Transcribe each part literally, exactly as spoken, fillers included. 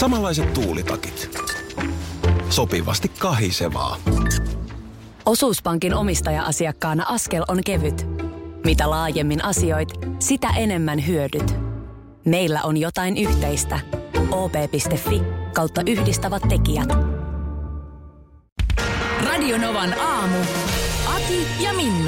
Samanlaiset tuulitakit. Sopivasti kahisevaa. Osuuspankin omistaja-asiakkaana askel on kevyt. Mitä laajemmin asioit, sitä enemmän hyödyt. Meillä on jotain yhteistä. o p piste f i kautta yhdistävät tekijät. Radio Novan aamu. Ati ja Minna.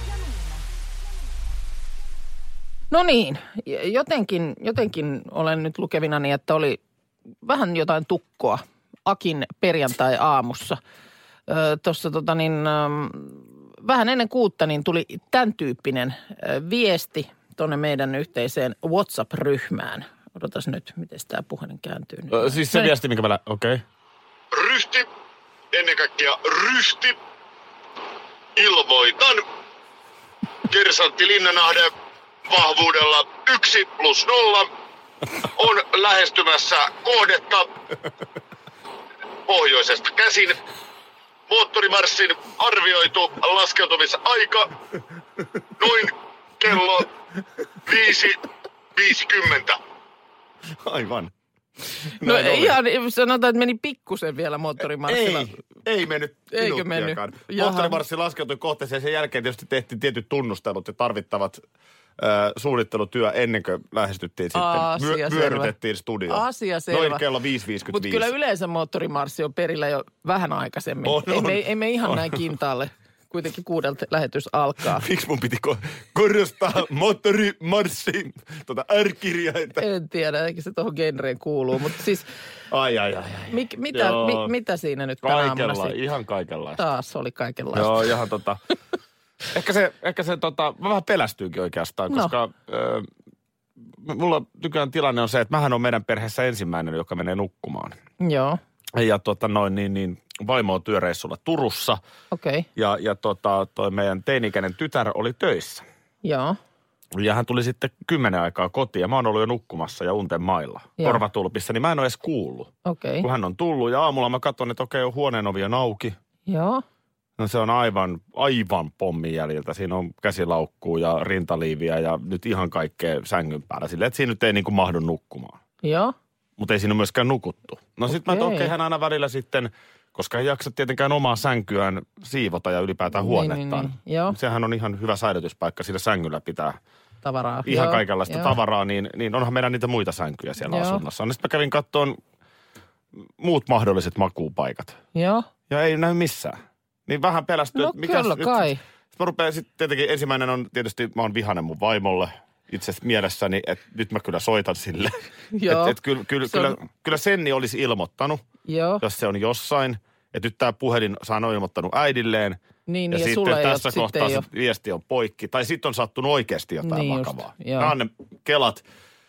No niin, jotenkin, jotenkin olen nyt lukevinani, että oli vähän jotain tukkoa Akin perjantai-aamussa. Tuossa tota niin, vähän ennen kuutta niin tuli tämän tyyppinen viesti tuonne meidän yhteiseen WhatsApp-ryhmään. Odotas nyt, miten tämä puhelin kääntyy. Ö, siis se viesti, minkä mä... Okei. Okay. Ryhti, ennen kaikkea ryhti. Ilmoitan. Kersantti Linnanahde vahvuudella yksi plus nolla on lähestymässä kohdetta pohjoisesta käsin. Moottorimarssin arvioitu laskeutumisaika noin kello viisi viisikymmentä. Aivan. No ihan, sanotaan, että meni pikkusen vielä moottorimarssilla. Ei, ei mennyt Eikö mennyt? Moottorimarssi laskeutui kohteeseen. Sen jälkeen tietysti tehtiin tietyt tunnustelut ja tarvittavat äh, suunnittelutyö ennen kuin lähestyttiin Asia sitten. My- vyörytettiin studioon. Asia selvä. Noin kello viisi viisikymmentäviisi. Mutta kyllä yleensä moottorimarssi on perillä jo vähän aikaisemmin. On, ei, on, me, ei me ihan on. näin kintaalle. Kuitenkin kuudelta lähetys alkaa. Miksi mun piti ko- korostaa moottorimarssi tuota R-kirjainta? En tiedä, eikä se tuohon genreen kuuluu, mutta siis... Ai, ai, ai. ai. Mik, mitä, mi, mitä siinä nyt tänä aamuna? Kaikenlaista, ihan kaikenlaista. Taas oli kaikenlaista. Joo, ihan tota... ehkä se, ehkä se tota, mä vähän pelästyykin oikeastaan, No. koska ö, mulla nykyään tilanne on se, että mähän on meidän perheessä ensimmäinen, joka menee nukkumaan. Joo, Ja tota noin, niin, niin vaimo on työreissulla Turussa okei. Okay. ja, ja tota, toi meidän teini-ikäinen tytär oli töissä. Joo, Ja hän tuli sitten kymmenen aikaa kotiin ja mä oon ollut jo nukkumassa ja unten mailla, Joo. korvatulpissa, niin mä en ole edes kuullut. okei. Okay. Kun hän on tullut ja aamulla mä katson, että okei, huoneen ovi on auki. Joo, No se on aivan, aivan pommin jäljiltä. Siinä on käsilaukkuu ja rintaliiviä ja nyt ihan kaikkea sängyn päällä. Silleen, että siinä nyt ei niin kuin mahdu nukkumaan. joo, Mutta ei siinä ole myöskään nukuttu. No sitten mä, että Okei. okei, hän aina välillä sitten, koska ei jaksa tietenkään omaa sänkyään siivota ja ylipäätään Niin, huonettaan. niin, niin. Joo. Sehän on ihan hyvä säilytyspaikka, sillä sängyllä pitää tavaraa. ihan Joo, kaikenlaista joo. tavaraa, niin, niin onhan meillä niitä muita sänkyjä siellä Joo. asunnossa. No sitten mä kävin kattoon muut mahdolliset makuupaikat. Joo, Ja ei näy missään. Niin vähän pelästyy, no että mikäs kyllä nyt... kai. Sitten mä rupean sitten tietenkin, ensimmäinen on tietysti, mä oon vihainen mun vaimolle itse asiassa mielessäni, että nyt mä kyllä soitan sille. Joo. Että et kyllä, kyllä, Se on- kyllä, kyllä Senni olisi ilmoittanut, Joo, jos se on jossain. Että nyt tämä puhelin saa on ilmoittanut äidilleen. niin, ja niin ja sitten sulla ei tässä ole, kohtaa sitten ei se ole. viesti on poikki. Tai sitten on sattunut oikeasti jotain Niin just, vakavaa. joo. Nämä on ne kelat.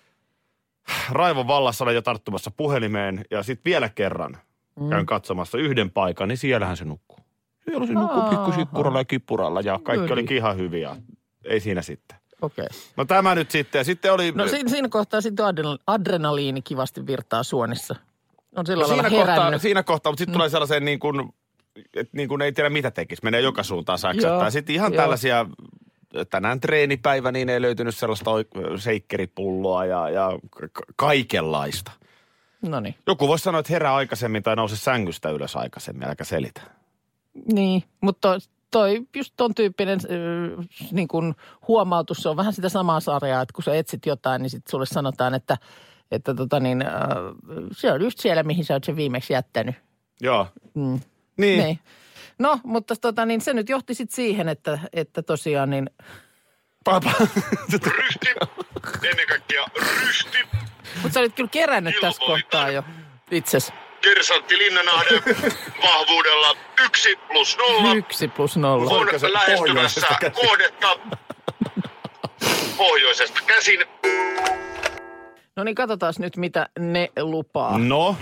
Raivon vallassa olen jo tarttumassa puhelimeen ja sitten vielä kerran mm. käyn katsomassa yhden paikan, niin siellähän se nukkuu. Siellä se nukkuu Aha. pikkusippuralla ja kippuralla ja kaikki Yli. olikin ihan hyviä. Ei siinä sitten. Okei. No tämä nyt sitten. Ja sitten oli... No siinä, siinä kohtaa sitten adrenal- adrenaliini kivasti virtaa suonissa. On sillä No lailla siinä, kohtaa, herännyt. siinä kohtaa, mutta sitten tulee sellaiseen niin kuin, että niin kuin ei tiedä mitä tekisi. Menee joka suuntaan säksättää. Joo, Sitten ihan joo. tällaisia, tänään treenipäivä, niin ei löytynyt sellaista oik- seikkeripulloa ja, ja ka- kaikenlaista. No niin. Joku voisi sanoa, että herää aikaisemmin tai nouse sängystä ylös aikaisemmin, äläkä selitä. Niin, mutta toi, toi just ton tyyppinen äh, niin kuin huomautus, se on vähän sitä samaa sarjaa, että kun sä etsit jotain, niin sitten sulle sanotaan, että, että tota niin, äh, se on just siellä, mihin sä oot sen viimeksi jättänyt. Joo. Mm. Niin. Niin. No, mutta tota niin, se nyt johti sitten siihen, että, että tosiaan niin, Papa. Ryhti, ennen kaikkea ryhti. mutta sä olit kyllä kerännyt tässä Ilmoitan. kohtaa jo itses. Kersantti Linnanahde vahvuudella yksi plus nolla Yksi plus nolla. on Oliko se lähestymässä pohjoisesta käsin? kohdetta pohjoisesta käsin. No niin, katsotaan nyt, mitä ne lupaa. No,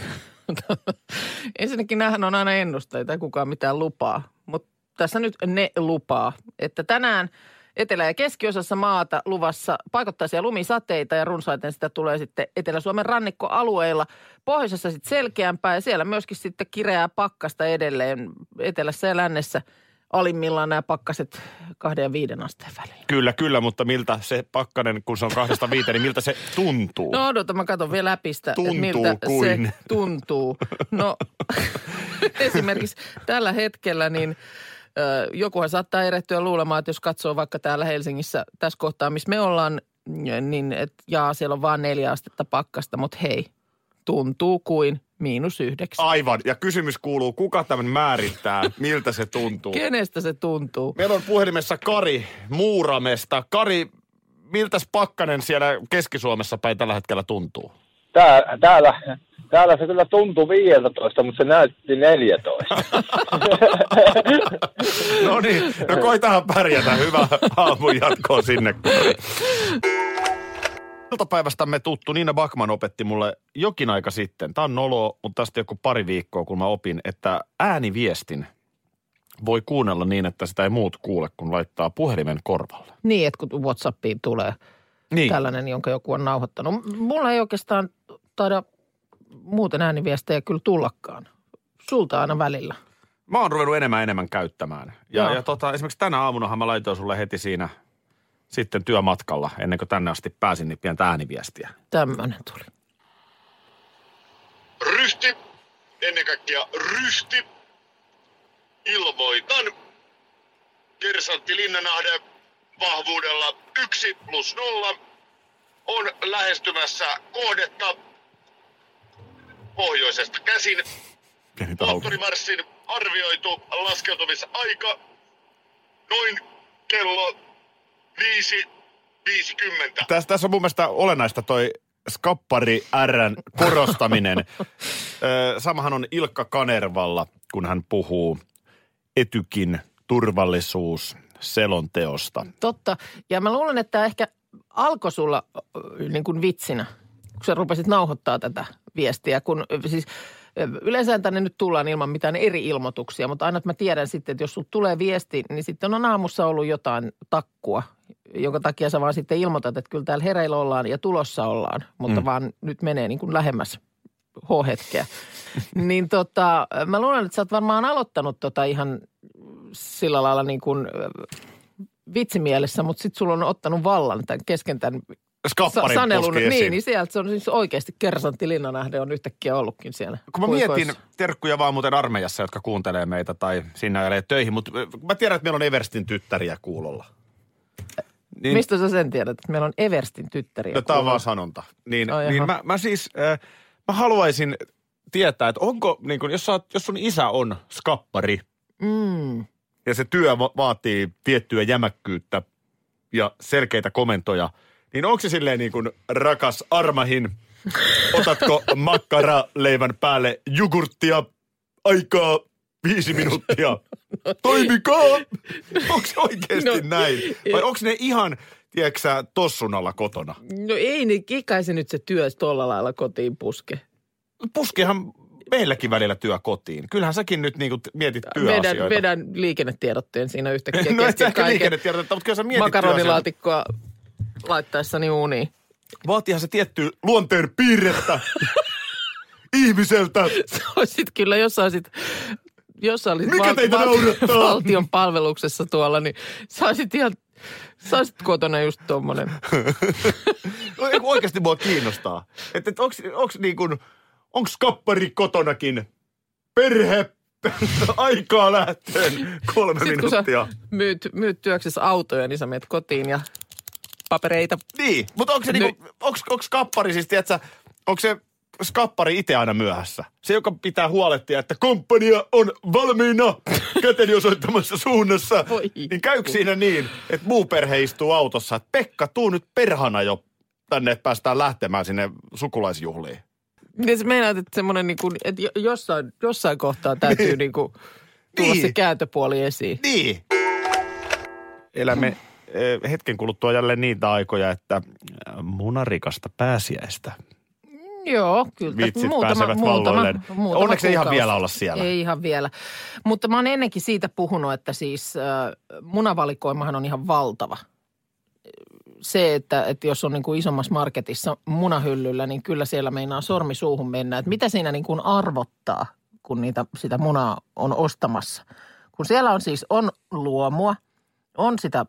Ensinnäkin näähän on aina ennusteita, ei kukaan mitään lupaa. Mutta tässä nyt ne lupaa, että tänään etelä- ja keskiosassa maata luvassa paikottaisia lumisateita ja runsaiten sitä tulee sitten Etelä-Suomen rannikkoalueilla. Pohjoisessa sitten selkeämpää ja siellä myöskin sitten kireää pakkasta edelleen. Etelässä ja lännessä alimmillaan nämä pakkaset kahden ja viiden asteen välillä. Kyllä, kyllä, mutta miltä se pakkanen, kun se on kahdesta viiteen, niin miltä se tuntuu? No odota, mä katson vielä läpistä, että Tuntuu miltä kuin. se tuntuu. No esimerkiksi tällä hetkellä niin ö, jokuhan saattaa erehtyä luulemaan, että jos katsoo vaikka täällä Helsingissä tässä kohtaa, missä me ollaan, niin et, jaa, siellä on vaan neljä astetta pakkasta, mutta hei, tuntuu kuin miinus yhdeksän. Aivan, ja kysymys kuuluu, kuka tämän määrittää, miltä se tuntuu? Kenestä se tuntuu? Meillä on puhelimessa Kari Muuramesta. Kari, miltäs pakkanen siellä Keski-Suomessa päin tällä hetkellä tuntuu? Tää, täällä, täällä se kyllä tuntui viisitoista, mutta se näytti neljätoista. No niin, no koitahan pärjätä. Hyvää aamun jatkoa sinne, Kari. Iltapäivästämme tuttu Nina Backman opetti mulle jokin aika sitten. Tämä on noloa, mutta tästä joku pari viikkoa, kun mä opin, että ääniviestin voi kuunnella niin, että sitä ei muut kuule, kun laittaa puhelimen korvalle. Niin, että kun WhatsAppiin tulee Niin. tällainen, jonka joku on nauhoittanut. Mulla ei oikeastaan taida muuten ääniviestejä kyllä tullakaan. Sulta aina välillä. Mä oon ruvennut enemmän enemmän käyttämään. Ja, Joo. ja tota, esimerkiksi tänä aamunahan mä laitoin sulle heti siinä sitten työmatkalla, ennen kuin tänne asti pääsin, niin pientä ääniviestiä. Tämmöinen tuli. Ryhti, ennen kaikkea ryhti. Ilmoitan. Kersantti Linnanahde vahvuudella yksi plus nolla on lähestymässä kohdetta pohjoisesta käsin. Pieni tauko. Moottorimarssin arvioitu laskeutumisaika noin kello viisi viisikymmentä. Tässä, tässä on mun mielestä olennaista toi Skappari R:n korostaminen. Ö, Samahan on Ilkka Kanervalla, kun hän puhuu Etykin turvallisuus selonteosta. Totta. Ja mä luulen, että ehkä alkoi sulla ö, niin kuin vitsinä, kun sä rupesit nauhoittaa tätä viestiä. Kun, ö, siis, ö, yleensä tänne nyt tullaan ilman mitään eri ilmoituksia, mutta aina että mä tiedän sitten, että jos sulla tulee viesti, niin sitten on aamussa ollut jotain takkua, jonka takia sä vaan sitten ilmoitat, että kyllä täällä hereillä ollaan ja tulossa ollaan, mutta mm. vaan nyt menee niin kuin lähemmäs H-hetkeä. Niin tota, mä luulen, että sä oot varmaan aloittanut tota ihan sillä lailla niin kuin ö, vitsimielessä, mutta sitten sulla on ottanut vallan tämän kesken tämän Skapparin sanelun. puski esiin. Niin, niin sieltä se on siis oikeasti Kersantti Linnanahde on yhtäkkiä ollutkin siellä. Kun mä puikoissa. mietin terkkuja vaan muuten armeijassa, jotka kuuntelee meitä tai sinne ajelee töihin, mutta mä tiedän, että meillä on Everstin tyttäriä kuulolla. Niin, mistä sä sen tiedät, että meillä on Everstin tyttäriä? No, tämä on vaan sanonta. Niin, Oh, niin mä, mä siis, äh, mä haluaisin tietää, että onko, niin kun, jos, sä oot, jos sun isä on skappari Mm. ja se työ va- vaatii tiettyä jämäkkyyttä ja selkeitä komentoja, niin onko se silleen niin kuin rakas Armahin, otatko makkaraleivän päälle jogurttia, aikaa viisi minuuttia, toimikaa! Onko se oikeasti No, näin? Vai onko ne ihan, tiedätkö sä, tossun alla kotona? No ei, niin kai se nyt se työ tolla lailla kotiin puske. Puskehan meilläkin välillä työ kotiin. Kyllähän säkin nyt niin kuin mietit Vedän, työasioita. vedän liikennetiedotteen siinä yhtäkkiä No et sä kesken ehkä liikennetiedotetta, mutta kyllä sä mietit työasioita. makaronilaatikkoa laittaessani uuniin. Vaatiihan se tiettyä luonteen piirrettä ihmiseltä. Sä olisit kyllä, jos sä olisit, jos sä olisit Mikä teitä naurattaa? valtion palveluksessa tuolla, niin sä olisit ihan, sä olisit kotona just tommonen. Oikeasti mua kiinnostaa. Että et onks, onks niin kuin, onks kappari kotonakin perhe aikaa lähtöön kolme Sitten kun minuuttia? sä myyt, myyt työksessä autoja, niin sä menet kotiin ja papereita. Niin, mutta onko se Ny- niinku, onks, onks kappari siis, tiedätkö, onko se skappari itse aina myöhässä? Se, joka pitää huolehtia, että komppania on valmiina käteni osoittamassa suunnassa. Voi. Niin käykö siinä niin, että muu perhe istuu autossa, että Pekka, tuu nyt perhana jo tänne, että päästään lähtemään sinne sukulaisjuhliin. Miten sä meinaat, että semmoinen niin kuin, että jo- jossain, jossain kohtaa täytyy niin kuin tulla Niin. se kääntöpuoli esiin. Niin. Elämme eh, hetken kuluttua jälleen niitä aikoja, että eh, munarikasta pääsiäistä. Joo, kyllä. Vitsit pääsevät valloilleen. Onneksi ei ihan kuukausi. vielä olla siellä. Ei ihan vielä. Mutta mä oon ennenkin siitä puhunut, että siis äh, munavalikoimahan on ihan valtava. Se, että, että jos on niin kuin isommassa marketissa munahyllyllä, niin kyllä siellä meinaa sormi suuhun mennä. Että mitä siinä niin kuin arvottaa, kun niitä, sitä munaa on ostamassa? Kun siellä on siis, on luomua, on sitä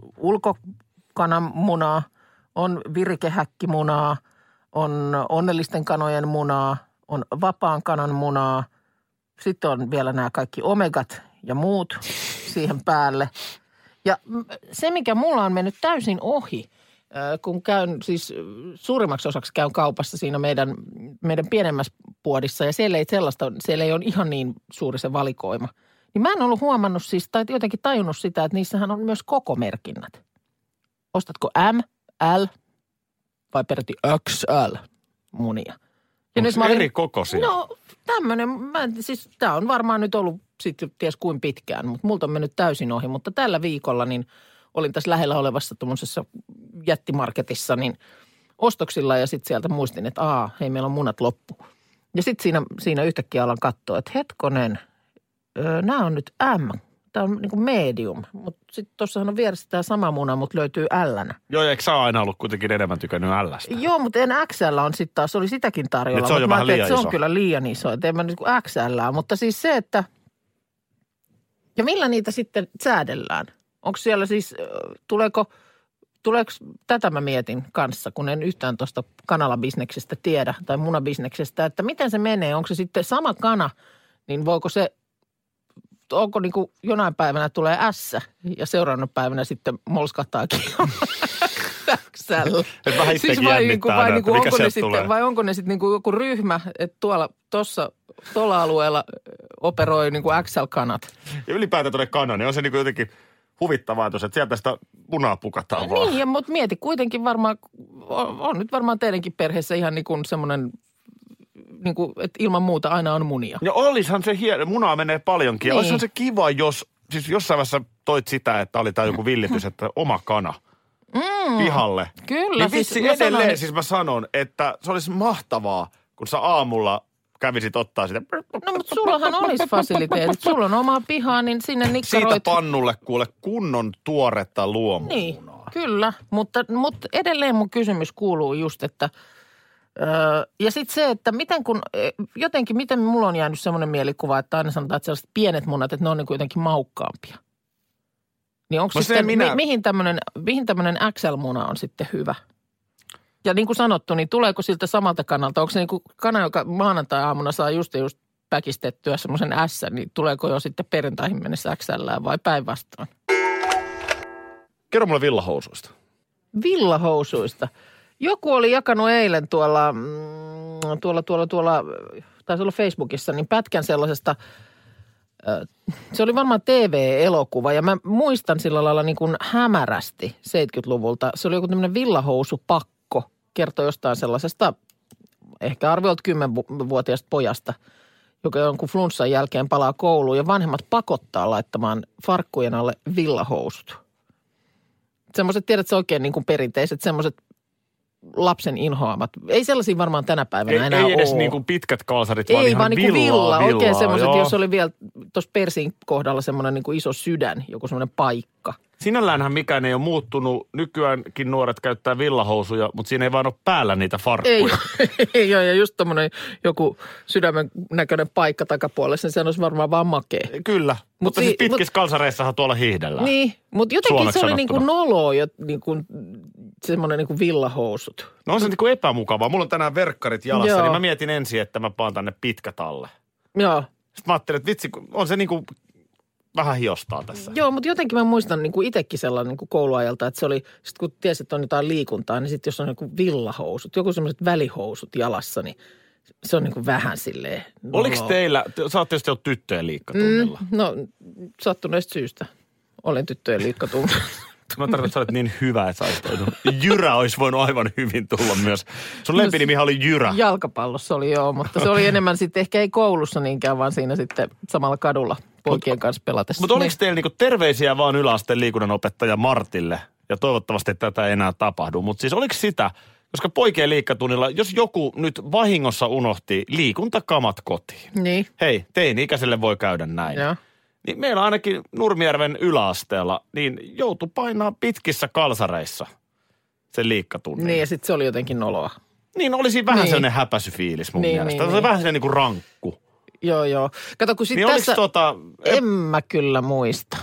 ulkokananmunaa, on virikehäkkimunaa, on onnellisten kanojen munaa, on vapaan kanan munaa. Sitten on vielä nämä kaikki omegat ja muut siihen päälle. Ja se, mikä mulla on mennyt täysin ohi, kun käyn, siis suurimmaksi osaksi käyn kaupassa siinä meidän, meidän pienemmässä puodissa ja siellä ei sellaista, siellä ei ole ihan niin suuri se valikoima. Niin mä en ollut huomannut siis, tai jotenkin tajunnut sitä, että niissähän on myös kokomerkinnät. Ostatko M, L vai peräti X L munia? Onko se eri kokoisia? No tämmöinen, mä, siis tää on varmaan nyt ollut sitten ties kuin pitkään, mutta multa on mennyt täysin ohi. Mutta tällä viikolla niin olin tässä lähellä olevassa tuommoisessa jättimarketissa niin ostoksilla ja sitten sieltä muistin, että aa, hei meillä on munat loppu. Ja sitten siinä, siinä yhtäkkiä alan katsoa, että hetkonen, öö, nämä on nyt M. Tämä on niin kuin medium, mutta sitten tuossahan on vieressä tämä sama muna, mutta löytyy L-nä. Joo, eikö sä aina ollut kuitenkin enemmän tykännyt L:stä? Joo, mutta en X L on sitten taas, oli sitäkin tarjolla. Se on jo vähän liian se iso. on kyllä liian iso, että en mä nyt kuin X L, mutta siis se, että ja millä niitä sitten säädellään? Onko siellä siis, tuleeko, tuleeko, tätä mä mietin kanssa, kun en yhtään tuosta kanalabisneksestä tiedä tai munabisneksestä, että miten se menee? Onko se sitten sama kana, niin voiko se, onko niin kuin jonain päivänä tulee S ja seuraavana päivänä sitten molskahtaakin X L. Että vähän itsekin siis vai, jännittää niin kuin, vai, aina, niin kuin, mikä onko ne sieltä sitten, tulee. vai onko ne sitten niin kuin joku ryhmä, että tuolla, tuossa, tuolla alueella operoi niin kuin X L-kanat. Ja ylipäätään tuonne kanan, niin on se niin kuin jotenkin huvittava ajatus, että sieltä sitä munaa pukataan vaan. Niin, ja, mutta mieti kuitenkin varmaan, on, on nyt varmaan teidänkin perheessä ihan niin kuin semmoinen, niin kuin, että ilman muuta aina on munia. Ja olisihan se hieno, munaa menee paljonkin. Ja Niin. olisihan se kiva, jos, siis jossain vaiheessa toit sitä, että oli tämä joku villitys, että oma kana mm, pihalle. Kyllä. Niin siis vitsi mä edelleen, sanon, siis mä sanon, että se olisi mahtavaa, kun sä aamulla kävisit ottaa sitä. No mutta sullahan olisi fasiliteetit. Sulla on oma piha, niin sinne nikkaroit. Siitä pannulle kuule kunnon tuoretta luomumunaa. Niin, kyllä. Mutta, mutta edelleen mun kysymys kuuluu just, että öö, ja sitten se, että miten kun, jotenkin miten mulla on jäänyt semmoinen mielikuva, että aina sanotaan, että sellaiset pienet munat, että ne on niin kuitenkin maukkaampia. Niin onko No sitten, minä... mi, mihin tämmöinen, mihin tämmöinen X L-muna on sitten hyvä? Ja niin kuin sanottu, niin tuleeko siltä samalta kannalta? Onko se niin kuin kana, joka maanantai-aamuna saa just ja just päkistettyä semmoisen S, niin tuleeko jo sitten perjantaihin mennessä X L vai päinvastoin? Kerro mulle villahousuista. Villahousuista. Joku oli jakanut eilen tuolla, mm, tuolla, tuolla, tuolla, taisi olla Facebookissa, niin pätkän sellaisesta, äh, se oli varmaan T V-elokuva ja mä muistan sillä lailla niin kuin hämärästi seitsemänkymmentäluvulta. Se oli joku tämmöinen villahousupakko, kertoi jostain sellaisesta ehkä arviolta kymmenvuotiaasta pojasta, joka jonkun flunssan jälkeen palaa kouluun ja vanhemmat pakottaa laittamaan farkkujen alle villahousut. Semmoiset, tiedätkö oikein niin kuin perinteiset, semmoiset lapsen inhoamat. Ei sellaisia varmaan tänä päivänä ei, enää ei ole. Ei edes niin kuin pitkät kalsarit, vaan ei, ihan vaan niin kuin villaa, villa. Oikein semmoiset, joo. jos oli vielä tuossa persin kohdalla semmoinen niin kuin iso sydän, joku semmoinen paikka. Sinälläänhän mikään ei ole muuttunut. Nykyäänkin nuoret käyttää villahousuja, mutta siinä ei vaan ole päällä niitä farkkuja. Ei, ei ole, ja just tommoinen joku sydämen näköinen paikka takapuolessa, niin se olisi varmaan vaan makea. Kyllä, mut mutta si- siis pitkissä mut, kalsareissahan tuolla hiihdellään. Niin, mutta jotenkin Suomeksi se oli niin kuin sanottuna. noloa, jo, niin kuin, semmoinen niin kuin villahousut. No on se niin kuin epämukavaa. Mulla on tänään verkkarit jalassa, Joo. niin mä mietin ensin, että mä paan tänne pitkät alle. Joo. Sitten mä ajattelin, että vitsi, on se niin kuin vähän hiostaa tässä. Joo, mutta jotenkin mä muistan niin kuin itsekin sellainen niin kuin kouluajalta, että se oli, sit kun tiesi, että on jotain liikuntaa, niin sitten jos on joku villahousut, joku semmoiset välihousut jalassa, niin se on niin kuin vähän silleen. Oliko teillä, sä oot tietysti ollut tyttöjen liikkatunnilla. Mm, no, sattuneesta syystä olen tyttöjen liikkatunnilla. Mä tarkoitan, että sä olet niin hyvä, että sä olisit voinut. Jyrä olisi voinut aivan hyvin tulla myös. Sun lempinimihan oli Jyrä. Jalkapallossa oli joo, mutta se oli enemmän sitten ehkä ei koulussa niinkään, vaan siinä sitten samalla kadulla poikien mut, kanssa pelatessa. Mutta oliko teillä niinku terveisiä vaan yläasteen liikunnanopettaja Martille? Ja toivottavasti tätä ei enää tapahdu. Mutta siis oliko sitä, koska poikien liikkatunnilla, jos joku nyt vahingossa unohti liikuntakamat kotiin. Niin. Hei, teini-ikäiselle voi käydä näin. Joo. Niin meillä ainakin Nurmijärven yläasteella, niin joutui painaa pitkissä kalsareissa sen liikkatunnin. Niin ja sitten se oli jotenkin noloa. Niin, oli siinä vähän niin. sellainen häpäisyfiilis mun niin, mielestä. Niin, se oli niin. vähän sellainen niin kuin rankku. Joo, joo. Kato, kun sit Niin tässä... tota... En mä kyllä muista.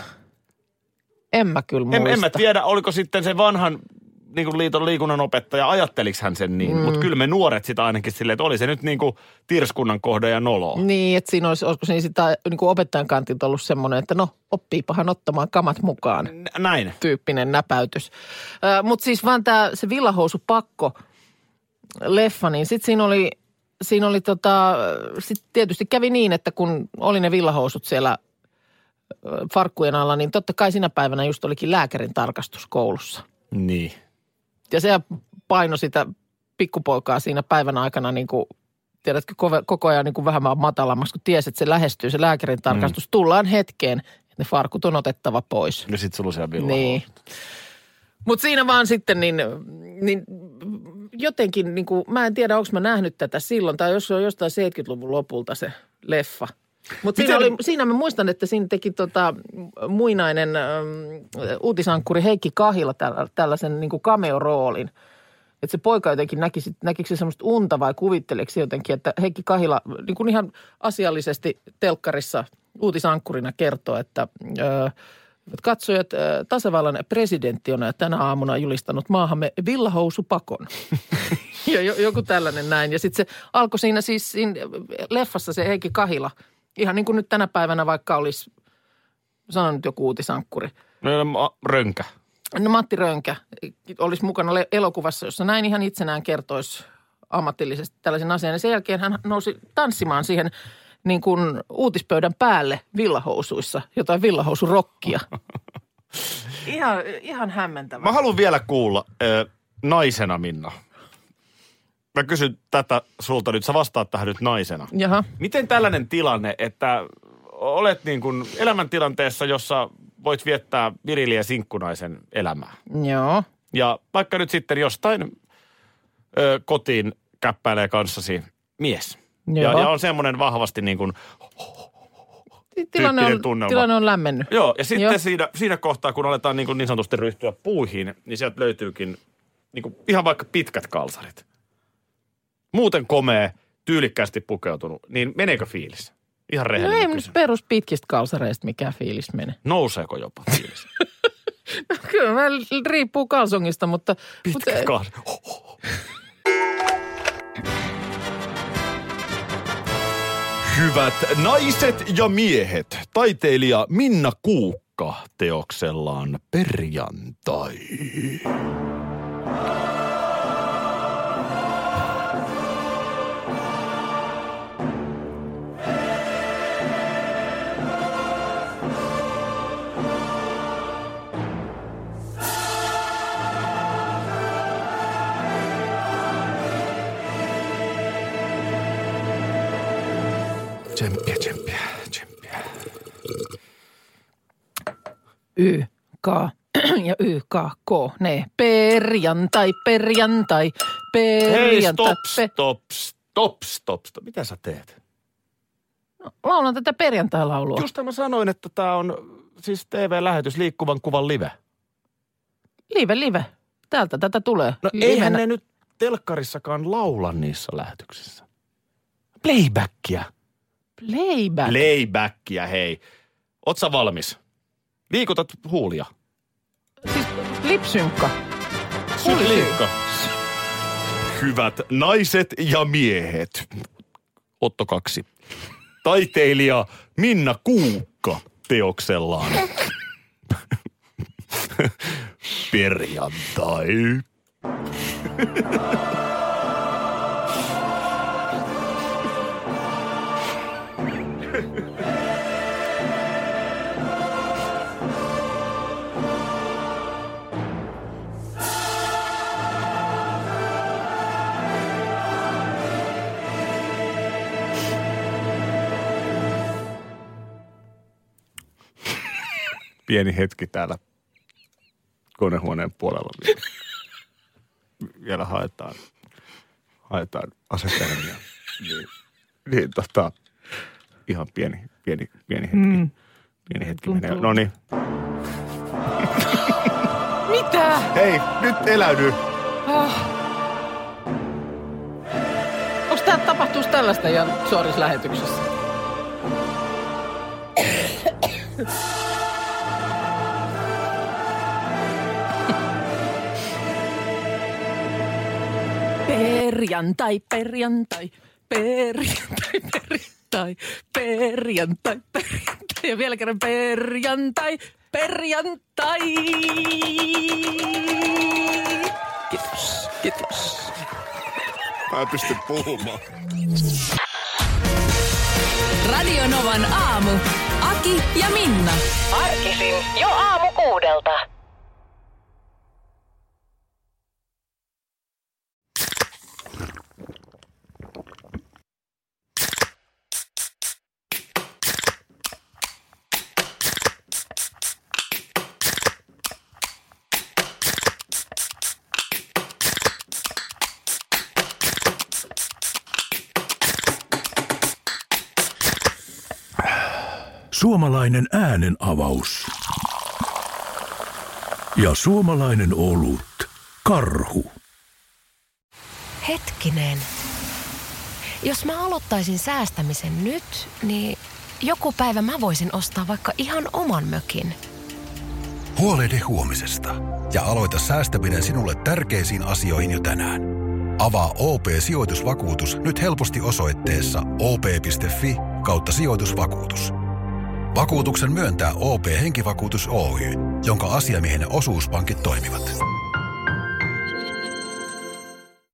En mä kyllä muista. En, en mä tiedä, oliko sitten se vanhan niin kuin liiton liikunnan opettaja, ajatteliks hän sen niin. Mm. Mutta kyllä me nuoret sitä ainakin silleen, että oli se nyt niin kuin tirskunnan kohde ja noloa. Niin, että siinä olisi, olisiko siinä sitä niin kuin opettajan kantilta ollut semmoinen, että no, oppiipahan ottamaan kamat mukaan. N- näin. Tyyppinen näpäytys. Äh, mutta siis vaan tämä se villahousupakko leffa, niin sitten siinä oli, siinä oli tota, sit tietysti kävi niin, että kun oli ne villahousut siellä farkkujen alla, niin totta kai sinä päivänä just olikin lääkärin tarkastus koulussa. Niin. Ja se paino sitä pikkupoikaa siinä päivän aikana niin kuin, tiedätkö, koko ajan niin kuin vähän matalammaksi, kun tiesi, että se lähestyy se lääkärin tarkastus. Mm. Tullaan hetkeen, että ne farkut on otettava pois. Ja sit sulla siellä villaa. Niin. Mutta siinä vaan sitten niin, niin jotenkin, niin kuin, mä en tiedä, onko mä nähnyt tätä silloin, tai jos se on jostain seitsemänkymmentäluvun lopulta se leffa. Mutta siinä, oli, siinä mä muistan, että siinä teki tota, muinainen äm, uutisankkuri Heikki Kahila tällä, tällaisen niin kuin cameo-roolin. Että se poika jotenkin näki, näkikö se semmoista unta vai kuvitteleeko se jotenkin, että Heikki Kahila niin kuin ihan asiallisesti telkkarissa uutisankkurina kertoo, että ö, katsojat, ö, tasavallan presidentti on tänä aamuna julistanut maahamme villahousupakon. Ja joku tällainen näin. Ja sitten se alkoi siinä siis siinä leffassa se Heikki Kahila. Ihan niin kuin nyt tänä päivänä vaikka olisi, sanon nyt joku uutisankkuri. No Rönkä. No Matti Rönkä olisi mukana elokuvassa, jossa näin ihan itsenään kertoisi ammatillisesti tällaisen asian. Ja sen jälkeen hän nousi tanssimaan siihen niin kuin uutispöydän päälle villahousuissa, jotain villahousurokkia. Ihan, ihan hämmentävää. Mä haluan vielä kuulla äh, naisena, Minna. Mä kysyn tätä sulta nyt, sä vastaat tähän nyt naisena. Jaha. Miten tällainen tilanne, että olet niin kuin elämäntilanteessa, jossa voit viettää viriliä sinkkunaisen elämää. Joo. Ja vaikka nyt sitten jostain ö, kotiin käppäilee kanssasi mies. Ja, ja on semmoinen vahvasti niin kuin tilanne on, tunnelma. tilanne on lämmennyt. Joo, ja sitten Joo. Siinä, siinä kohtaa, kun aletaan niin, kuin niin sanotusti ryhtyä puihin, niin sieltä löytyykin niin kuin ihan vaikka pitkät kalsarit. Muuten komea, tyylikkäästi pukeutunut, niin meneekö fiilis? Ihan rehellinen no ei nyt perus pitkistä kalsareista mikään fiilis mene. Nouseeko jopa fiilis? No kyllä, vähän riippuu kalsongista, mutta... Pitkä mutta, kalsongi. Hyvät naiset ja miehet, taiteilija Minna Kuukka teoksellaan Perjantai. Tsemppiä, tsemppiä, tsemppiä. Y, K ja Y, K, K, ne. Perjantai, perjantai, perjantai. Hei, stop, stop, stop, stop, stop. Mitä sä teet? No, laulan tätä perjantai-laulua. Just mä sanoin, että tää on siis T V-lähetys Liikkuvan kuvan live. Live, live. Täältä tätä tulee. No Livenä. eihän ne nyt telkkarissakaan laula niissä lähetyksissä. Playbackia. Playback. Playbackia, hei. Oot sä valmis? Liikutat huulia. Siis lipsynkka. Liikka. Hyvät naiset ja miehet. Otto kaksi. Taiteilija Minna Kuukka teoksellaan. Perjantai. Pieni hetki täällä konehuoneen puolella. Vielä haetaan, haetaan asetelmia. Niin, niin tota, ihan pieni, pieni, pieni hetki. Mm. Pieni hetki menee. No niin. Mitä? Hei, nyt eläydy. Oh. Onko tää tapahtuisi tällaista ihan suorissa lähetyksessä? Perjantai, perjantai, perjantai, perjantai, perjantai, perjantai ja vielä kerran perjantai, perjantai. Kiitos, kiitos. Mä en pysty puhumaan. Radio Novan aamu. Aki ja Minna. Arkisin jo aamu kuudelta. Suomalainen äänen avaus. Ja suomalainen olut. Karhu. Hetkinen. Jos mä aloittaisin säästämisen nyt, niin joku päivä mä voisin ostaa vaikka ihan oman mökin. Huolehdi huomisesta ja aloita säästäminen sinulle tärkeisiin asioihin jo tänään. Avaa O P-sijoitusvakuutus nyt helposti osoitteessa o p piste f i kautta sijoitusvakuutus. Vakuutuksen myöntää O P-henkivakuutus Oy, jonka asiamiehen osuuspankit toimivat.